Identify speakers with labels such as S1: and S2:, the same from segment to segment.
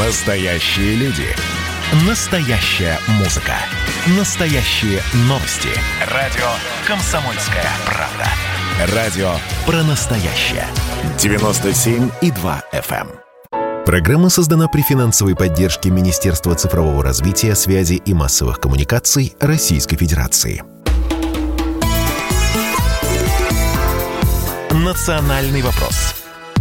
S1: Настоящие люди. Настоящая музыка. Настоящие новости. Радио «Комсомольская правда». Радио про настоящее. 97,2 FM. Программа создана при финансовой поддержке Министерства цифрового развития, связи и массовых коммуникаций Российской Федерации. «Национальный вопрос».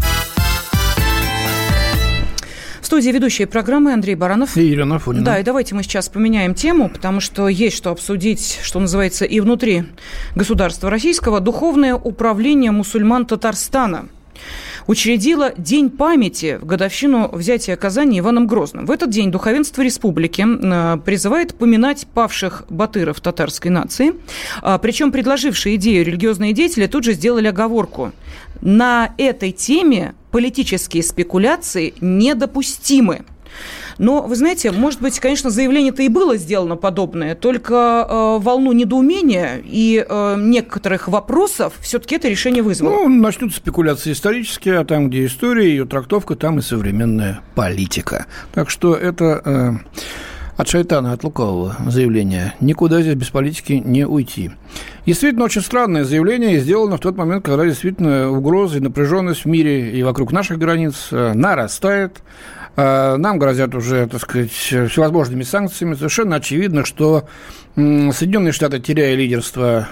S2: В студии ведущие программы Андрей Баранов
S3: и Елена Афонина.
S2: Да, и давайте мы сейчас поменяем тему, потому что есть что обсудить, что называется, и внутри государства российского. Духовное управление мусульман Татарстана учредило День памяти в годовщину взятия Казани Иваном Грозным. В этот день духовенство республики призывает поминать павших батыров татарской нации. Причем предложившие идею религиозные деятели тут же сделали оговорку. На этой теме политические спекуляции недопустимы. Но, вы знаете, может быть, конечно, заявление-то и было сделано подобное, только волну недоумения и некоторых вопросов все-таки это решение вызвало.
S3: Ну, начнутся спекуляции исторические, а там, где история, ее трактовка, там и современная политика. Так что это от шайтана, от лукавого заявления. Никуда здесь без политики не уйти. Действительно, очень странное заявление, сделано в тот момент, когда действительно угрозы и напряженность в мире и вокруг наших границ нарастает. Нам грозят уже, так сказать, всевозможными санкциями. Совершенно очевидно, что Соединенные Штаты, теряя лидерство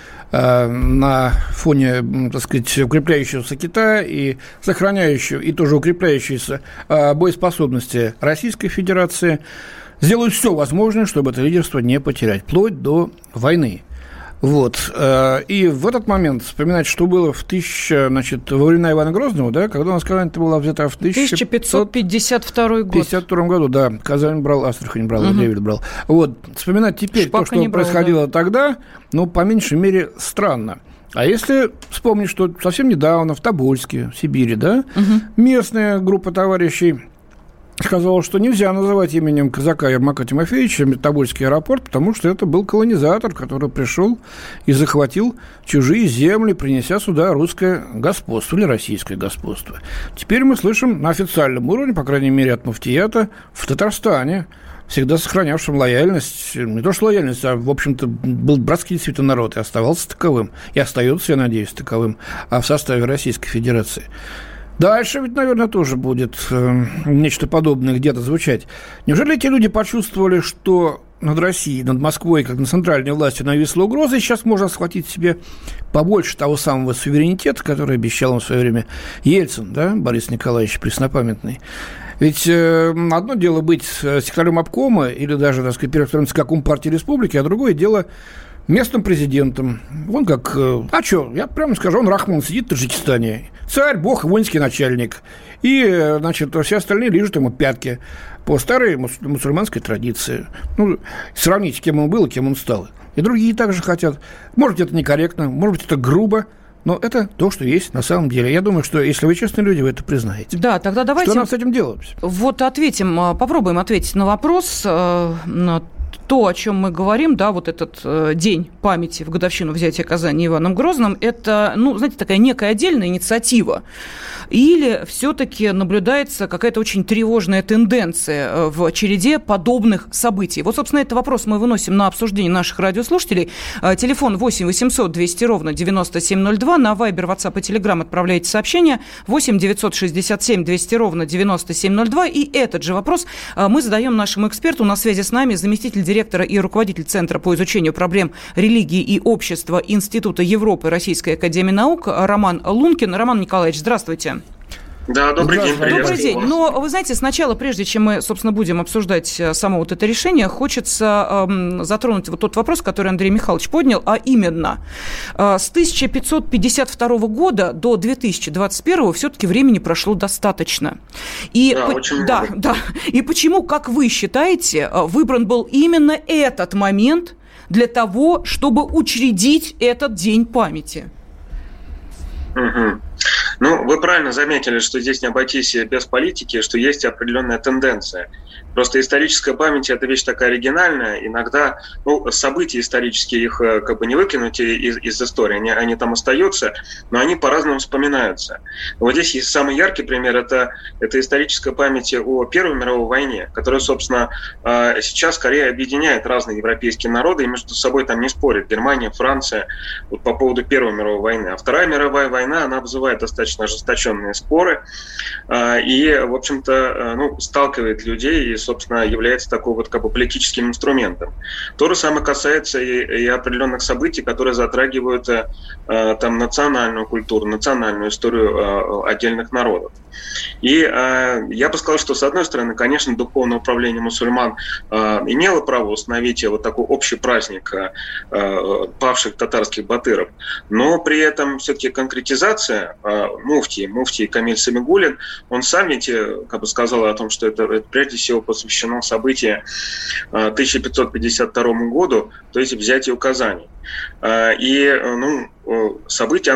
S3: на фоне, так сказать, укрепляющегося Китая и сохраняющего и тоже укрепляющейся боеспособности Российской Федерации, сделают все возможное, чтобы это лидерство не потерять, вплоть до войны. Вот. И в этот момент вспоминать, что было во времена Ивана Грозного, да, когда у нас Казань была взята в
S2: 1552 год.
S3: 1552 году, да. Казань брал, Астрахань брал, Древль брал. Вот. Вспоминать теперь то, что происходило тогда, ну, по меньшей мере, странно. А если вспомнить, что совсем недавно в Тобольске, в Сибири, да, местная группа товарищей сказала, что нельзя называть именем казака Ермака Тимофеевича Тобольский аэропорт, потому что это был колонизатор, который пришел и захватил чужие земли, принеся сюда русское господство или российское господство. Теперь мы слышим на официальном уровне, по крайней мере, от муфтията в Татарстане, всегда сохранявшим лояльность, не то что лояльность, а, в общем-то, был братский действительно народ и оставался таковым, и остается, я надеюсь, таковым, в составе Российской Федерации. Дальше ведь, наверное, тоже будет нечто подобное где-то звучать. Неужели эти люди почувствовали, что над Россией, над Москвой, как на центральной власти, нависла угроза, и сейчас можно схватить себе побольше того самого суверенитета, который обещал им в свое время Ельцин, да, Борис Николаевич преснопамятный? Ведь одно дело быть секретарем обкома или даже, так сказать, первым ЦК партии республики, а другое дело местным президентом. Вон как... А что, я прямо скажу, он Рахмон сидит в Таджикистане. Царь, бог, воинский начальник. И, значит, все остальные лижут ему пятки по старой мусульманской традиции. Ну, сравните, кем он был и кем он стал. И другие также хотят. Может, это некорректно, может быть, это грубо. Но это то, что есть на самом деле. Я думаю, что если вы честные люди, вы это признаете.
S2: Да, тогда давайте...
S3: Что нам с этим делать?
S2: Вот ответим, попробуем ответить на вопрос, на то, о чем мы говорим, да, вот этот день памяти в годовщину взятия Казани Иваном Грозным, это, ну, знаете, такая некая отдельная инициатива. Или все-таки наблюдается какая-то очень тревожная тенденция в череде подобных событий? Вот, собственно, этот вопрос мы выносим на обсуждение наших радиослушателей. Телефон 8 800 200 ровно 9702. На Вайбер, WhatsApp и Telegram отправляйте сообщения. 8 967 200 ровно 9702. И этот же вопрос мы задаем нашему эксперту. На связи с нами заместитель директора и руководитель Центра по изучению проблем религии и общества Института Европы Российской академии наук Роман Лункин. Роман Николаевич, здравствуйте.
S4: Да, добрый день.
S2: Добрый день. Но вы знаете, сначала, прежде чем мы, собственно, будем обсуждать само вот это решение, хочется затронуть вот тот вопрос, который Андрей Михайлович поднял, а именно с 1552 года до 2021 все-таки времени прошло достаточно. И
S4: да, очень много.
S2: Да. И почему, как вы считаете, выбран был именно этот момент для того, чтобы учредить этот День памяти?
S4: Угу. Ну, вы правильно заметили, что здесь не обойтись без политики, что есть определенная тенденция. Просто историческая память – это вещь такая оригинальная. Иногда события исторические, их как бы не выкинуть из истории, они там остаются, но они по-разному вспоминаются. Вот здесь есть самый яркий пример – это историческая память о Первой мировой войне, которая, собственно, сейчас скорее объединяет разные европейские народы и между собой там не спорят. Германия, Франция вот по поводу Первой мировой войны. А Вторая мировая война, она вызывает достаточно ожесточенные споры и, в общем-то, сталкивает людей и, собственно, является такой вот как бы политическим инструментом. То же самое касается и определенных событий, которые затрагивают там национальную культуру, национальную историю отдельных народов. И я бы сказал, что, с одной стороны, конечно, духовное управление мусульман имело право установить вот такой общий праздник павших татарских батыров, но при этом все-таки конкретизация муфтий Камиль Самигуллин, он сам ведь как бы сказал о том, что это прежде всего посвящено событию 1552 году, то есть взятию Казани. И событие,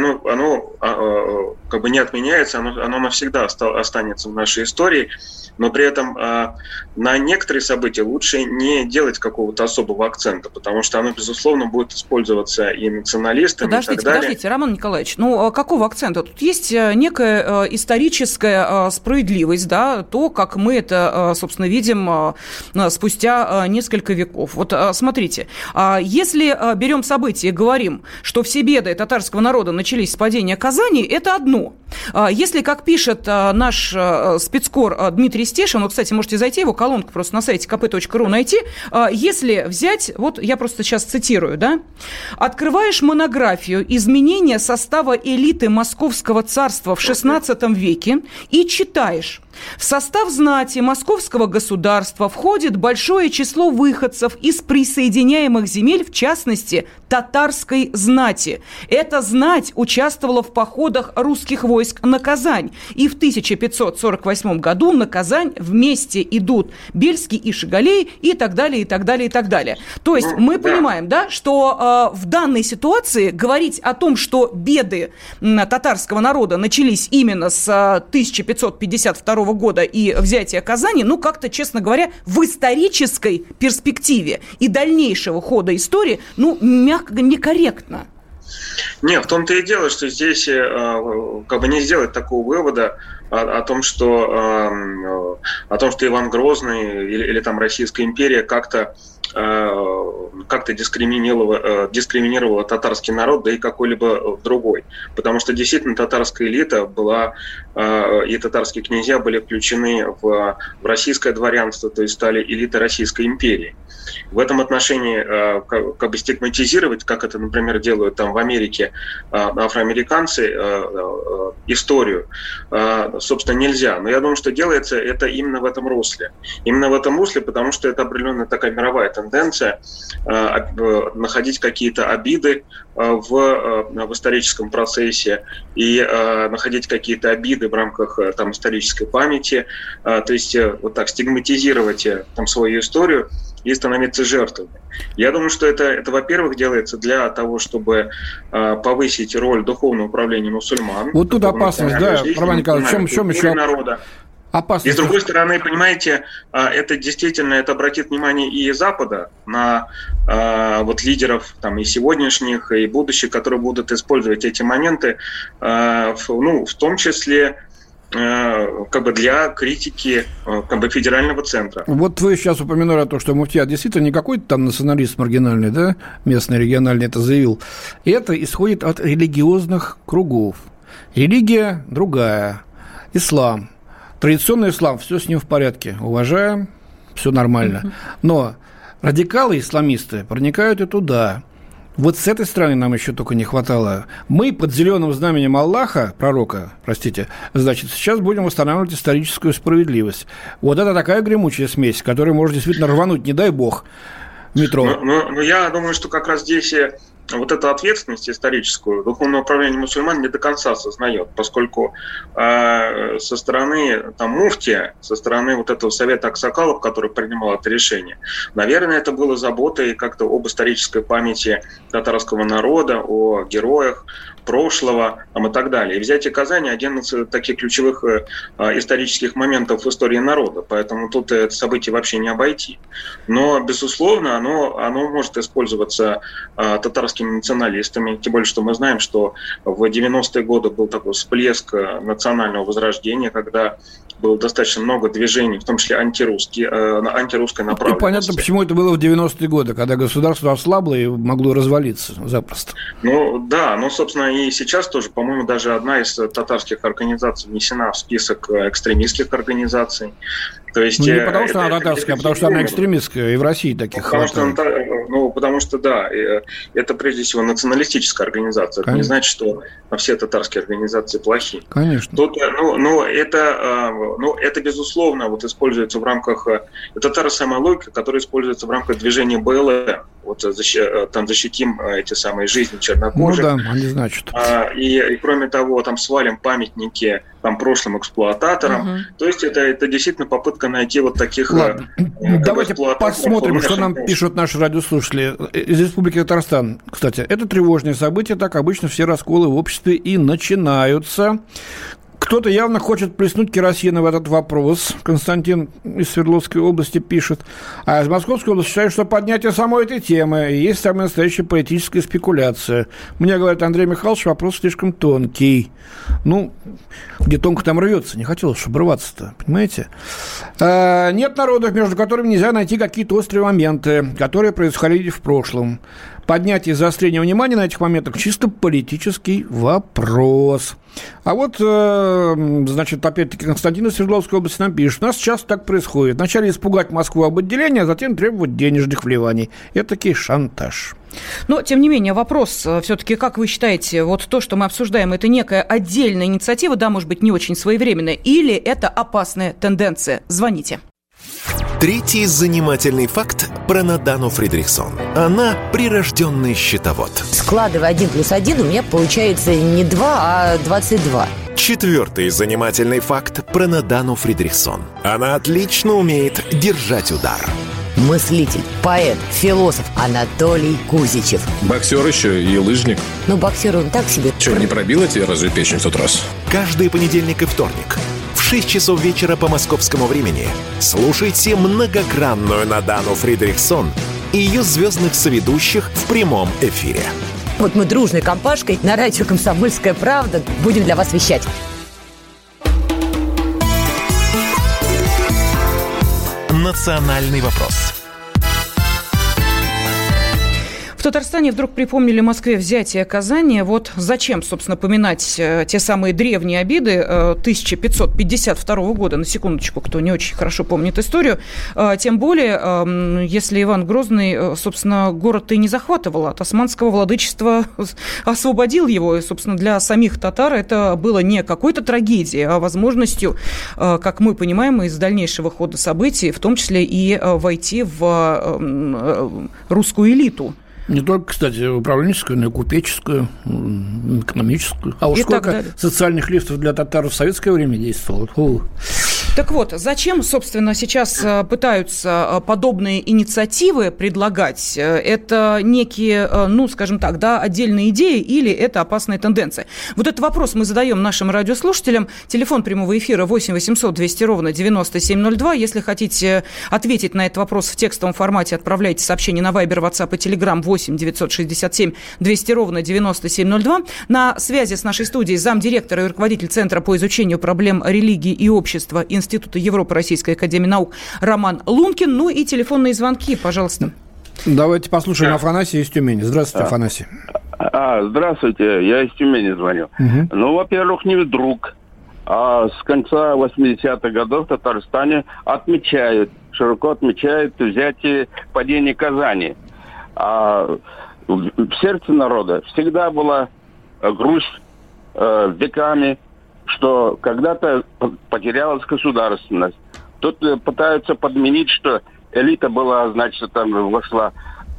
S4: оно как бы не отменяется, оно навсегда останется в нашей истории, но при этом на некоторые события лучше не делать какого-то особого акцента, потому что оно, безусловно, будет использоваться и националистами, и так далее.
S2: Подождите, Роман Николаевич, какого акцента? Тут есть некая историческая справедливость, да, то, как мы это, собственно, видим спустя несколько веков. Вот смотрите, если берем события и говорим, что все беды татарского народа начались с падения Казани, это одно. Если, как пишет наш спецкор Дмитрий Стешин, вот, кстати, можете зайти, его колонку просто на сайте kp.ru найти, если взять, вот я просто сейчас цитирую, да, открываешь монографию «Изменение состава элиты Московского царства в XVI веке» и читаешь: в состав знати Московского государства входит большое число выходцев из присоединяемых земель, в частности, татарской знати. Эта знать участвовала в походах русских войск на Казань. И в 1548 году на Казань вместе идут Бельский и Шигалей и так далее, и так далее, и так далее. То есть мы понимаем, да, что в данной ситуации говорить о том, что беды татарского народа начались именно с 1552 года и взятия Казани, как-то, честно говоря, в исторической перспективе и дальнейшего хода истории, мягко некорректно.
S4: Нет, в том-то и дело, что здесь как бы не сделать такого вывода о том, что Иван Грозный или там Российская империя как-то дискриминировала татарский народ, да и какой-либо другой. Потому что действительно татарская элита была, и татарские князья были включены в российское дворянство, то есть стали элитой Российской империи. В этом отношении как бы стигматизировать, как это, например, делают там в Америке афроамериканцы, историю, собственно, нельзя. Но я думаю, что делается это именно в этом русле. Именно в этом русле, потому что это определенная такая мировая тенденция находить какие-то обиды в историческом процессе и находить какие-то обиды в рамках там исторической памяти, то есть вот так стигматизировать там свою историю и становиться жертвами. Я думаю, что это, во-первых, делается для того, чтобы повысить роль духовного управления мусульман.
S3: Вот тут опасность, да, Роман Николаевич, в чем еще
S4: народа.
S3: Опасность.
S4: И с другой стороны, понимаете, это действительно это обратит внимание и Запада на вот лидеров там и сегодняшних, и будущих, которые будут использовать эти моменты, в том числе как бы для критики как бы федерального центра.
S3: Вот вы сейчас упомянули о том, что муфтият действительно не какой-то там националист маргинальный, да, местный, региональный это заявил. Это исходит от религиозных кругов. Религия другая, ислам. Традиционный ислам, все с ним в порядке, уважаем, все нормально. Но радикалы-исламисты проникают и туда. Вот с этой стороны нам еще только не хватало. Мы под зеленым знаменем Аллаха, пророка, значит, сейчас будем восстанавливать историческую справедливость. Вот это такая гремучая смесь, которая может действительно рвануть, не дай бог, метро.
S4: Но я думаю, что как раз здесь вот эту ответственность историческую духовное управление мусульман не до конца осознает, поскольку со стороны там муфтия, со стороны вот этого совета аксакалов, который принимал это решение, наверное, это было заботой как-то об исторической памяти татарского народа, о героях, прошлого и так далее. И взятие Казани – один из таких ключевых исторических моментов в истории народа, поэтому тут это событие вообще не обойти. Но, безусловно, оно может использоваться татарскими националистами, тем более, что мы знаем, что в 90-е годы был такой всплеск национального возрождения, когда было достаточно много движений, в том числе антирусской направленности.
S3: И понятно, почему это было в 90-е годы, когда государство ослабло и могло развалиться запросто.
S4: Собственно, и сейчас тоже, по-моему, даже одна из татарских организаций внесена в список экстремистских организаций. То есть, не
S3: потому что она татарская, а потому что она экстремистская, и в России таких хватает.
S4: Потому что, это прежде всего националистическая организация. Конечно. Это не значит, что все татарские организации плохие.
S3: Конечно.
S4: Тут, это безусловно, используется в рамках... Это та же самая логика, которая используется в рамках движения БЛМ. Там защитим эти самые жизни чернокожих.
S3: Они значит.
S4: И кроме того, там свалим памятники прошлым эксплуататорам. Угу. То есть это действительно попытка найти таких...
S3: Ладно. Давайте посмотрим, что нам пишут наши радиослушатели из Республики Татарстан. Кстати, это тревожное событие, так обычно все расколы в обществе и начинаются. Кто-то явно хочет плеснуть керосина в этот вопрос. Константин из Свердловской области пишет. А из Московской области считают, что поднятие самой этой темы есть самая настоящая политическая спекуляция. Мне говорит Андрей Михайлович, вопрос слишком тонкий. Где тонко, там рвется. Не хотелось, чтобы рваться-то, понимаете? Нет народов, между которыми нельзя найти какие-то острые моменты, которые происходили в прошлом. Поднятие и заострение внимания на этих моментах чисто политический вопрос. А опять-таки, Константин из Свердловской области нам пишет. У нас часто так происходит. Вначале испугать Москву об отделении, а затем требовать денежных вливаний. Это-таки шантаж.
S2: Но, тем не менее, вопрос все-таки, как вы считаете, то, что мы обсуждаем, это некая отдельная инициатива, может быть, не очень своевременная, или это опасная тенденция? Звоните.
S1: Третий занимательный факт про Надану Фридрихсон. Она прирожденный счетовод.
S5: Складывая 1 + 1, у меня получается не 2, а 22.
S1: Четвертый занимательный факт про Надану Фридрихсон. Она отлично умеет держать удар.
S5: Мыслитель, поэт, философ Анатолий Кузичев.
S6: Боксер еще и лыжник.
S5: Боксер он так себе.
S6: Че, не пробило тебе разве печень в тот раз?
S1: Каждый понедельник и вторник в 6 часов вечера по московскому времени слушайте многогранную Надану Фридрихсон и ее звездных соведущих в прямом эфире.
S5: Мы дружной компашкой на радио «Комсомольская правда» будем для вас вещать.
S1: Национальный вопрос.
S2: В Татарстане вдруг припомнили Москве взятие Казани. Зачем, собственно, поминать те самые древние обиды 1552 года, на секундочку, кто не очень хорошо помнит историю. Тем более, если Иван Грозный, собственно, город-то и не захватывал, от османского владычества освободил его. И, собственно, для самих татар это было не какой-то трагедией, а возможностью, как мы понимаем, из дальнейшего хода событий, в том числе и войти в русскую элиту.
S3: Не только, кстати, управленческую, но и купеческую, экономическую. А уж сколько социальных лифтов для татар в советское время действовало.
S2: Так вот, зачем, собственно, сейчас пытаются подобные инициативы предлагать? Это некие, скажем так, отдельные идеи или это опасная тенденция? Этот вопрос мы задаем нашим радиослушателям. Телефон прямого эфира 8 800 200 ровно 9702. Если хотите ответить на этот вопрос в текстовом формате, отправляйте сообщение на Viber, WhatsApp и Telegram 8 967 200 ровно 9702. На связи с нашей студией замдиректора и руководитель Центра по изучению проблем религии и общества Института Европы Российской академии наук Роман Лункин. И телефонные звонки, пожалуйста.
S3: Давайте послушаем Афанасия из Тюмени. Здравствуйте, Афанасий.
S7: Здравствуйте, я из Тюмени звоню. Угу. Во-первых, не вдруг, а с конца 80-х годов в Татарстане широко отмечают взятие, падение Казани. А в сердце народа всегда была грусть веками, что когда-то потерялась государственность. Тут пытаются подменить, что элита была, вошла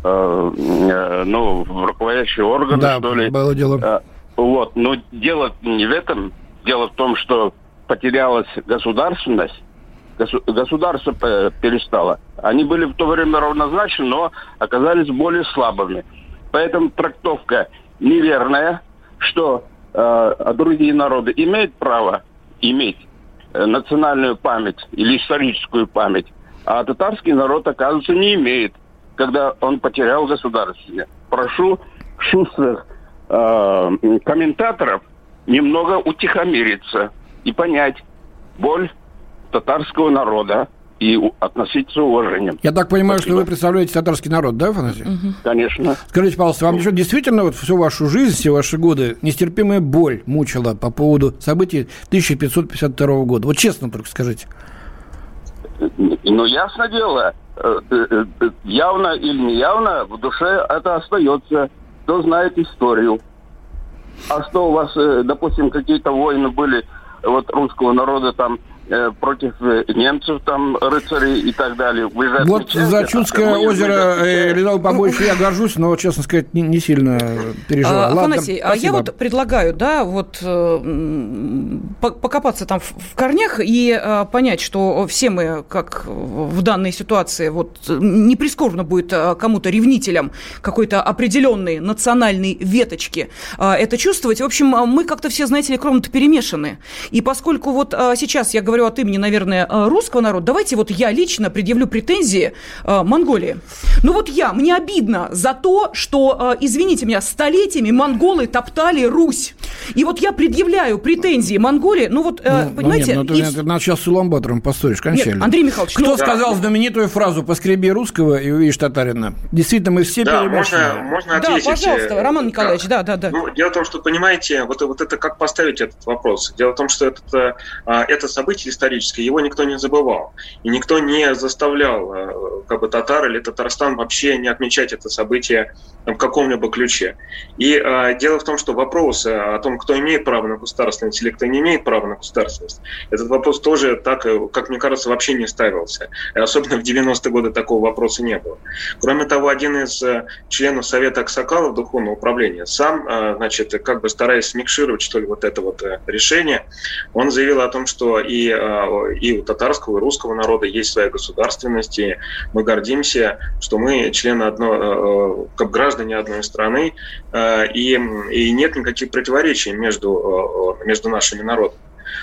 S7: в руководящие органы,
S3: да,
S7: что ли.
S3: Было дело.
S7: Но дело не в этом. Дело в том, что потерялась государственность. Государство перестало. Они были в то время равнозначны, но оказались более слабыми. Поэтому трактовка неверная. что другие народы имеют право иметь национальную память или историческую память, а татарский народ, оказывается, не имеет, когда он потерял государственность. Прошу шустрых комментаторов немного утихомириться и понять боль татарского народа и относиться с уважением.
S3: Я так понимаю, что вы представляете татарский народ, да, Афанасий?
S7: Конечно.
S3: Скажите, пожалуйста, вам еще действительно вот всю вашу жизнь, все ваши годы нестерпимая боль мучила по поводу событий 1552 года? Вот честно только скажите.
S7: Ну, ясно дело, явно или неявно, в душе это остается. Кто знает историю. А что у вас, допустим, какие-то войны были вот русского народа там против немцев, там, рыцарей и так далее. Вы же
S3: вот за Чудское озеро ледовое побоище я горжусь, но, честно сказать, не сильно переживаю.
S2: Афанасий, а я вот предлагаю, да, вот покопаться там в корнях и понять, что все мы, как в данной ситуации, вот не прискорбно будет кому-то ревнителям какой-то определенной национальной веточки это чувствовать. В общем, мы как-то все, знаете ли, кровно-то перемешаны. И поскольку вот сейчас я говорю от имени, наверное, русского народа, давайте вот я лично предъявлю претензии Монголии. Ну вот мне обидно за то, что, извините меня, столетиями монголы топтали Русь. И вот я предъявляю претензии Монголии, ну вот, понимаете...
S3: Нет, ты нас сейчас с Уламбатором поссоришь, кончали.
S2: Нет, Андрей Михайлович...
S3: Кто сказал знаменитую фразу «поскреби русского и увидишь татарина»? Действительно, мы все перемешаны.
S4: Можно ответить.
S2: Да, пожалуйста, Роман Николаевич, да.
S4: Ну, дело в том, что, понимаете, вот это как поставить этот вопрос. Дело в том, что это событие историческое, его никто не забывал. И никто не заставлял как бы татар или Татарстан вообще не отмечать это событие в каком-либо ключе. И дело в том, что вопрос о том, кто имеет право на государственность или кто не имеет права на государственность, этот вопрос тоже так, как мне кажется, вообще не ставился. И особенно в 90-е годы такого вопроса не было. Кроме того, один из членов Совета Аксакалов Духовного управления сам, значит, как бы стараясь смикшировать, что ли, вот это вот решение, он заявил о том, что и у татарского, и русского народа есть своя государственность, и мы гордимся, что мы члены как граждане одной страны, и нет никаких противоречий между нашими народами.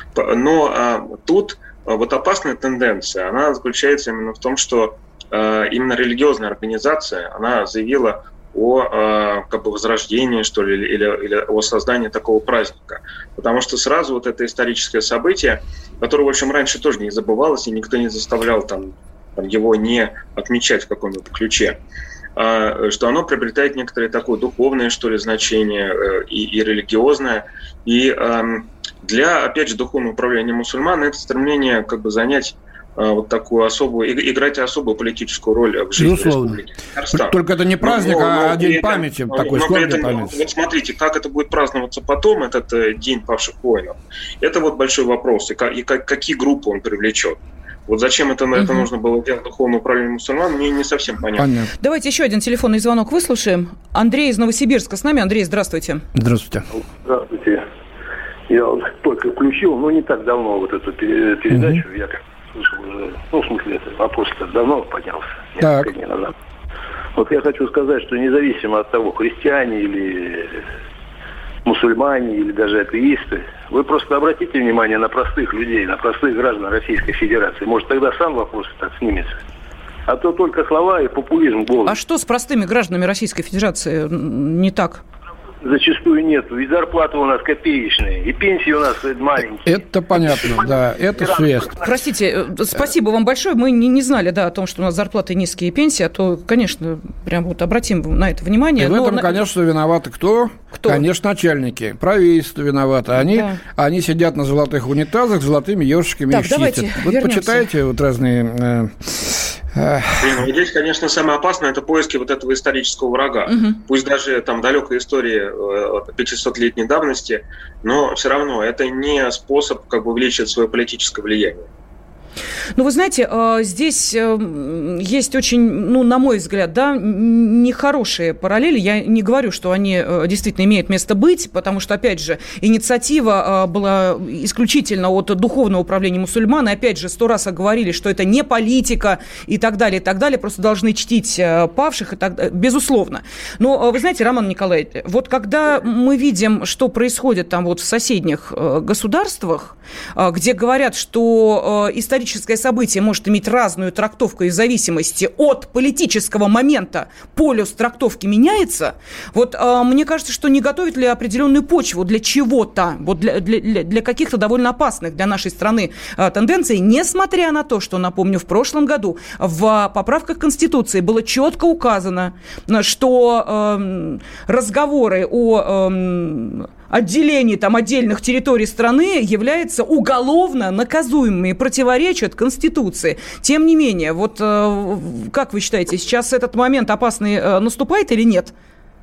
S4: Но тут вот опасная тенденция, она заключается именно в том, что именно религиозная организация, она заявила о как бы возрождении, что ли, или о создании такого праздника. Потому что сразу вот это историческое событие, которое, в общем, раньше тоже не забывалось, и никто не заставлял там его не отмечать в каком-то ключе, что оно приобретает некоторое такое духовное, что ли, значение и религиозное. И для, опять же, духовного управления мусульман это стремление как бы занять вот такую особую, играть особую политическую роль в жизни Республики Татарстан.
S3: Только это не праздник, а день памяти, такой склад для памяти.
S4: Вот смотрите, как это будет праздноваться потом, этот день павших воинов, это вот большой вопрос, и какие группы он привлечет. Вот зачем это нужно было делать духовное управление мусульман, мне не совсем понятно.
S2: Давайте еще один телефонный звонок выслушаем. Андрей из Новосибирска с нами. Андрей, здравствуйте.
S3: Здравствуйте.
S8: Здравствуйте. Я вот только включил, не так давно вот эту передачу, я как слышал уже, в смысле, этот вопрос-то давно поднялся, несколько дней назад. Вот я хочу сказать, что независимо от того, христиане или мусульмане, или даже атеисты, вы просто обратите внимание на простых людей, на простых граждан Российской Федерации. Может, тогда сам вопрос так снимется. А то только слова и популизм голый.
S2: А что с простыми гражданами Российской Федерации не так?
S8: Зачастую нет. Ведь зарплаты у нас копеечные, и пенсии у нас маленькие.
S3: Это понятно, да, это связь.
S2: Простите, спасибо вам большое. Мы не знали, о том, что у нас зарплаты низкие, пенсии, а то, конечно, прям вот обратим на это внимание.
S3: И в этом, конечно, виноваты кто? Конечно, начальники. Правительство виновато. Они сидят на золотых унитазах с золотыми ёршиками и чистят. Вот почитайте вот разные...
S4: Здесь, конечно, самое опасное – это поиски вот этого исторического врага. Пусть даже там далекая история 500-летней давности, но все равно это не способ как бы увеличить свое политическое влияние.
S2: Ну, вы знаете, здесь есть очень, на мой взгляд, да, нехорошие параллели. Я не говорю, что они действительно имеют место быть, потому что, опять же, инициатива была исключительно от Духовного управления мусульман. И, опять же, 100 раз оговорили, что это не политика и так далее, и так далее. Просто должны чтить павших, и так далее. Безусловно. Но, вы знаете, Роман Николаевич, вот когда мы видим, что происходит там вот в соседних государствах, где говорят, что историческое событие может иметь разную трактовку и в зависимости от политического момента полюс трактовки меняется, вот мне кажется, что не готовит ли определенную почву для чего-то, вот для каких-то довольно опасных для нашей страны тенденций, несмотря на то, что, напомню, в прошлом году в поправках Конституции было четко указано, что разговоры о отделении там отдельных территорий страны являются уголовно наказуемыми и противоречат Конституции. Тем не менее, вот как вы считаете, сейчас этот момент опасный наступает или нет?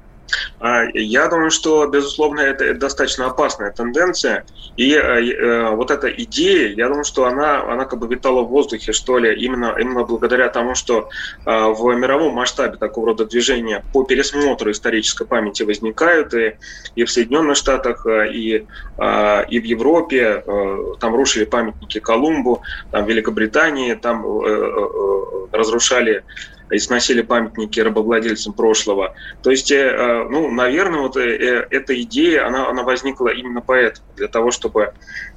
S4: Я думаю, что, безусловно, это достаточно опасная тенденция. И вот эта идея, я думаю, что она как бы витала в воздухе, что ли, именно благодаря тому, что в мировом масштабе такого рода движения по пересмотру исторической памяти возникают и в Соединенных Штатах, и в Европе. Там рушили памятники Колумбу, там в Великобритании, там разрушали и сносили памятники рабовладельцам прошлого. То есть, наверное, вот эта идея, она возникла именно поэтому, для того, чтобы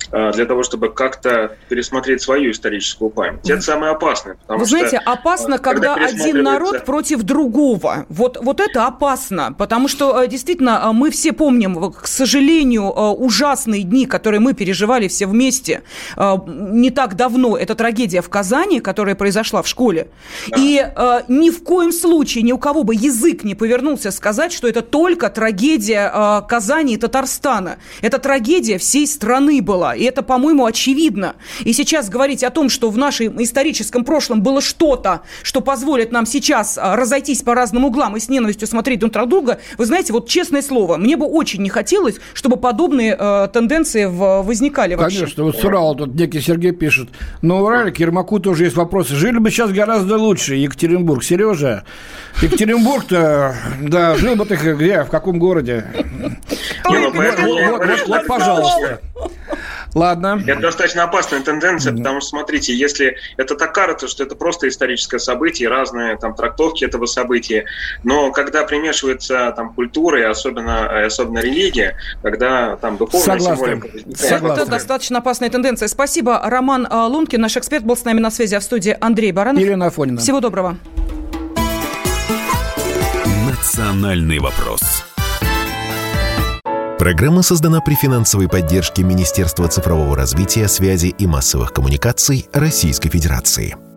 S4: как-то пересмотреть свою историческую память. Это самое опасное.
S2: Вы знаете, опасно, когда один народ против другого. Вот это опасно, потому что, действительно, мы все помним, к сожалению, ужасные дни, которые мы переживали все вместе не так давно. Это трагедия в Казани, которая произошла в школе. Да. И ни в коем случае ни у кого бы язык не повернулся сказать, что это только трагедия Казани и Татарстана. Это трагедия всей страны была, и это, по-моему, очевидно. И сейчас говорить о том, что в нашем историческом прошлом было что-то, что позволит нам сейчас разойтись по разным углам и с ненавистью смотреть друг на друга, вы знаете, вот честное слово, мне бы очень не хотелось, чтобы подобные тенденции возникали вообще.
S3: Конечно, вот с Урала тут некий Сергей пишет, но в Урале к Ермаку тоже есть вопросы. Жили бы сейчас гораздо лучше, Екатеринбург. Сережа, Екатеринбург-то, да, жил бы ты где, в каком городе? Вот, пожалуйста. Ладно.
S4: Это достаточно опасная тенденция, потому что, смотрите, если это так кажется, что это просто историческое событие, разные там трактовки этого события, но когда примешивается там культура и особенно религия, когда там духовная символика возникает.
S2: Это достаточно опасная тенденция. Спасибо. Роман Лункин, наш эксперт, был с нами на связи, а в студии Андрей Баранов.
S3: Елена Афонина.
S2: Всего доброго.
S1: Национальный вопрос. Программа создана при финансовой поддержке Министерства цифрового развития, связи и массовых коммуникаций Российской Федерации.